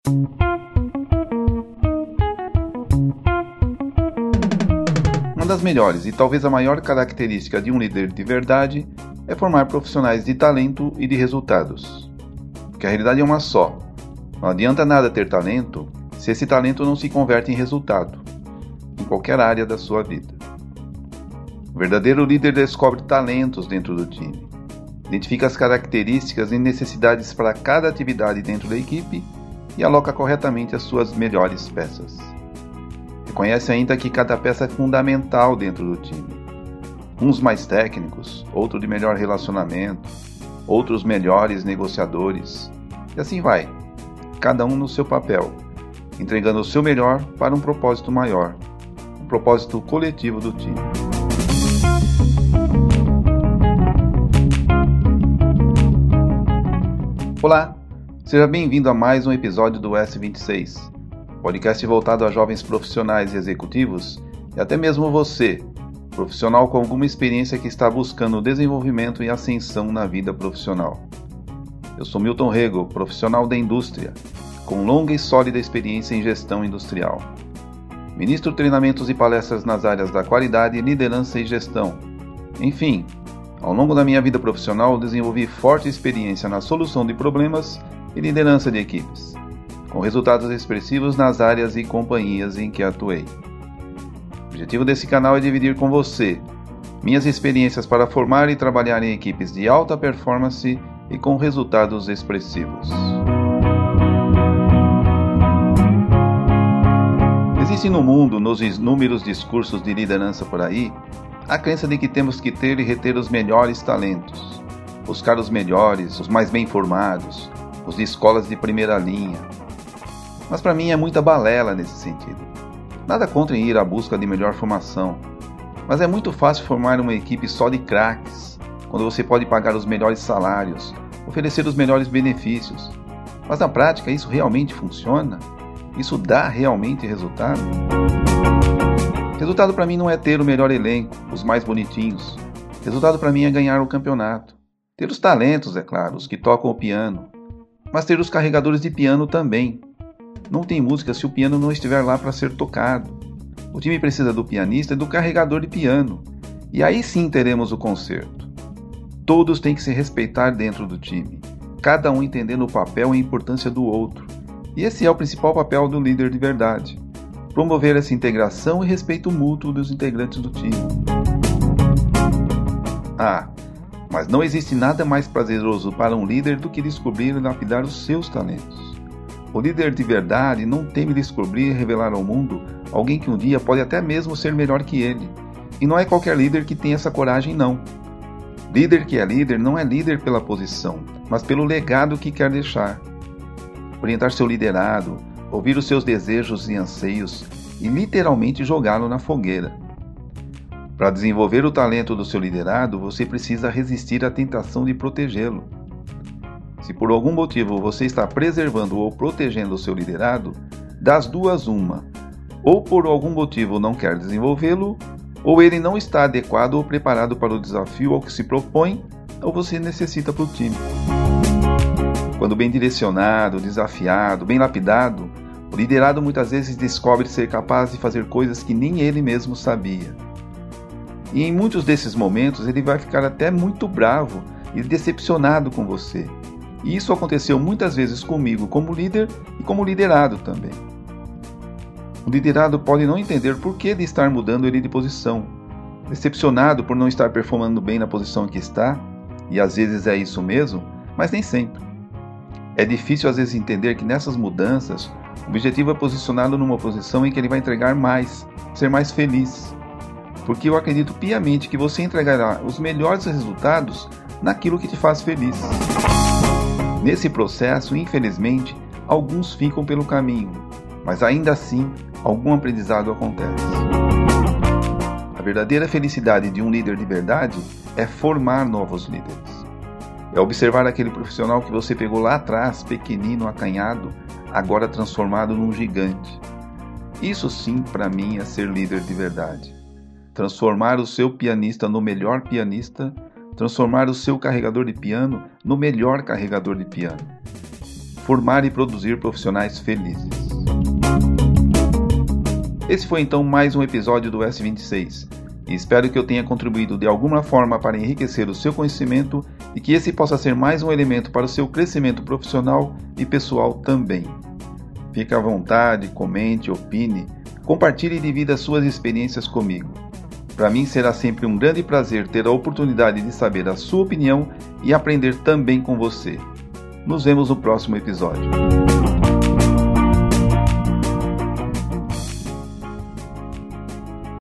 Uma das melhores e talvez a maior característica de um líder de verdade é formar profissionais de talento e de resultados. Porque a realidade é uma só. Não adianta nada ter talento se esse talento não se converte em resultado, em qualquer área da sua vida. O verdadeiro líder descobre talentos dentro do time, identifica as características e necessidades para cada atividade dentro da equipe e aloca corretamente as suas melhores peças. Reconhece ainda que cada peça é fundamental dentro do time. Uns mais técnicos, outros de melhor relacionamento, outros melhores negociadores, e assim vai, cada um no seu papel, entregando o seu melhor para um propósito maior, um propósito coletivo do time. Olá, seja bem-vindo a mais um episódio do S26, podcast voltado a jovens profissionais e executivos e até mesmo você, profissional com alguma experiência que está buscando desenvolvimento e ascensão na vida profissional. Eu sou Milton Rego, profissional da indústria, com longa e sólida experiência em gestão industrial. Ministro treinamentos e palestras nas áreas da qualidade, liderança e gestão. Enfim, ao longo da minha vida profissional, desenvolvi forte experiência na solução de problemas e liderança de equipes, com resultados expressivos nas áreas e companhias em que atuei. O objetivo desse canal é dividir com você minhas experiências para formar e trabalhar em equipes de alta performance e com resultados expressivos. Existe no mundo, nos inúmeros discursos de liderança por aí, a crença de que temos que ter e reter os melhores talentos, buscar os melhores, os mais bem formados, os de escolas de primeira linha. Mas para mim é muita balela nesse sentido. Nada contra em ir à busca de melhor formação, mas é muito fácil formar uma equipe só de craques, quando você pode pagar os melhores salários, oferecer os melhores benefícios. Mas na prática isso realmente funciona? Isso dá realmente resultado? Resultado para mim não é ter o melhor elenco, os mais bonitinhos. Resultado para mim é ganhar o campeonato. Ter os talentos, é claro, os que tocam o piano, mas ter os carregadores de piano também. Não tem música se o piano não estiver lá para ser tocado. O time precisa do pianista e do carregador de piano. E aí sim teremos o concerto. Todos têm que se respeitar dentro do time, cada um entendendo o papel e a importância do outro. E esse é o principal papel do líder de verdade: promover essa integração e respeito mútuo dos integrantes do time. Mas não existe nada mais prazeroso para um líder do que descobrir e lapidar os seus talentos. O líder de verdade não teme descobrir e revelar ao mundo alguém que um dia pode até mesmo ser melhor que ele. E não é qualquer líder que tem essa coragem, não. Líder que é líder não é líder pela posição, mas pelo legado que quer deixar. Orientar seu liderado, ouvir os seus desejos e anseios e literalmente jogá-lo na fogueira. Para desenvolver o talento do seu liderado, você precisa resistir à tentação de protegê-lo. Se por algum motivo você está preservando ou protegendo o seu liderado, das duas uma: ou por algum motivo não quer desenvolvê-lo, ou ele não está adequado ou preparado para o desafio ao que se propõe, ou você necessita para o time. Quando bem direcionado, desafiado, bem lapidado, o liderado muitas vezes descobre ser capaz de fazer coisas que nem ele mesmo sabia. E em muitos desses momentos ele vai ficar até muito bravo e decepcionado com você. E isso aconteceu muitas vezes comigo como líder e como liderado também. O liderado pode não entender por que de estar mudando ele de posição, decepcionado por não estar performando bem na posição em que está, e às vezes é isso mesmo, mas nem sempre. É difícil às vezes entender que nessas mudanças, o objetivo é posicioná-lo numa posição em que ele vai entregar mais, ser mais feliz. Porque eu acredito piamente que você entregará os melhores resultados naquilo que te faz feliz. Nesse processo, infelizmente, alguns ficam pelo caminho, mas ainda assim, algum aprendizado acontece. A verdadeira felicidade de um líder de verdade é formar novos líderes. É observar aquele profissional que você pegou lá atrás, pequenino, acanhado, agora transformado num gigante. Isso sim, para mim, é ser líder de verdade. Transformar o seu pianista no melhor pianista, transformar o seu carregador de piano no melhor carregador de piano. formar e produzir profissionais felizes. Esse foi então mais um episódio do S26 e espero que eu tenha contribuído de alguma forma para enriquecer o seu conhecimento e que esse possa ser mais um elemento para o seu crescimento profissional e pessoal também. Fique à vontade, comente, opine, compartilhe e divida suas experiências comigo. Para mim será sempre um grande prazer ter a oportunidade de saber a sua opinião e aprender também com você. Nos vemos no próximo episódio.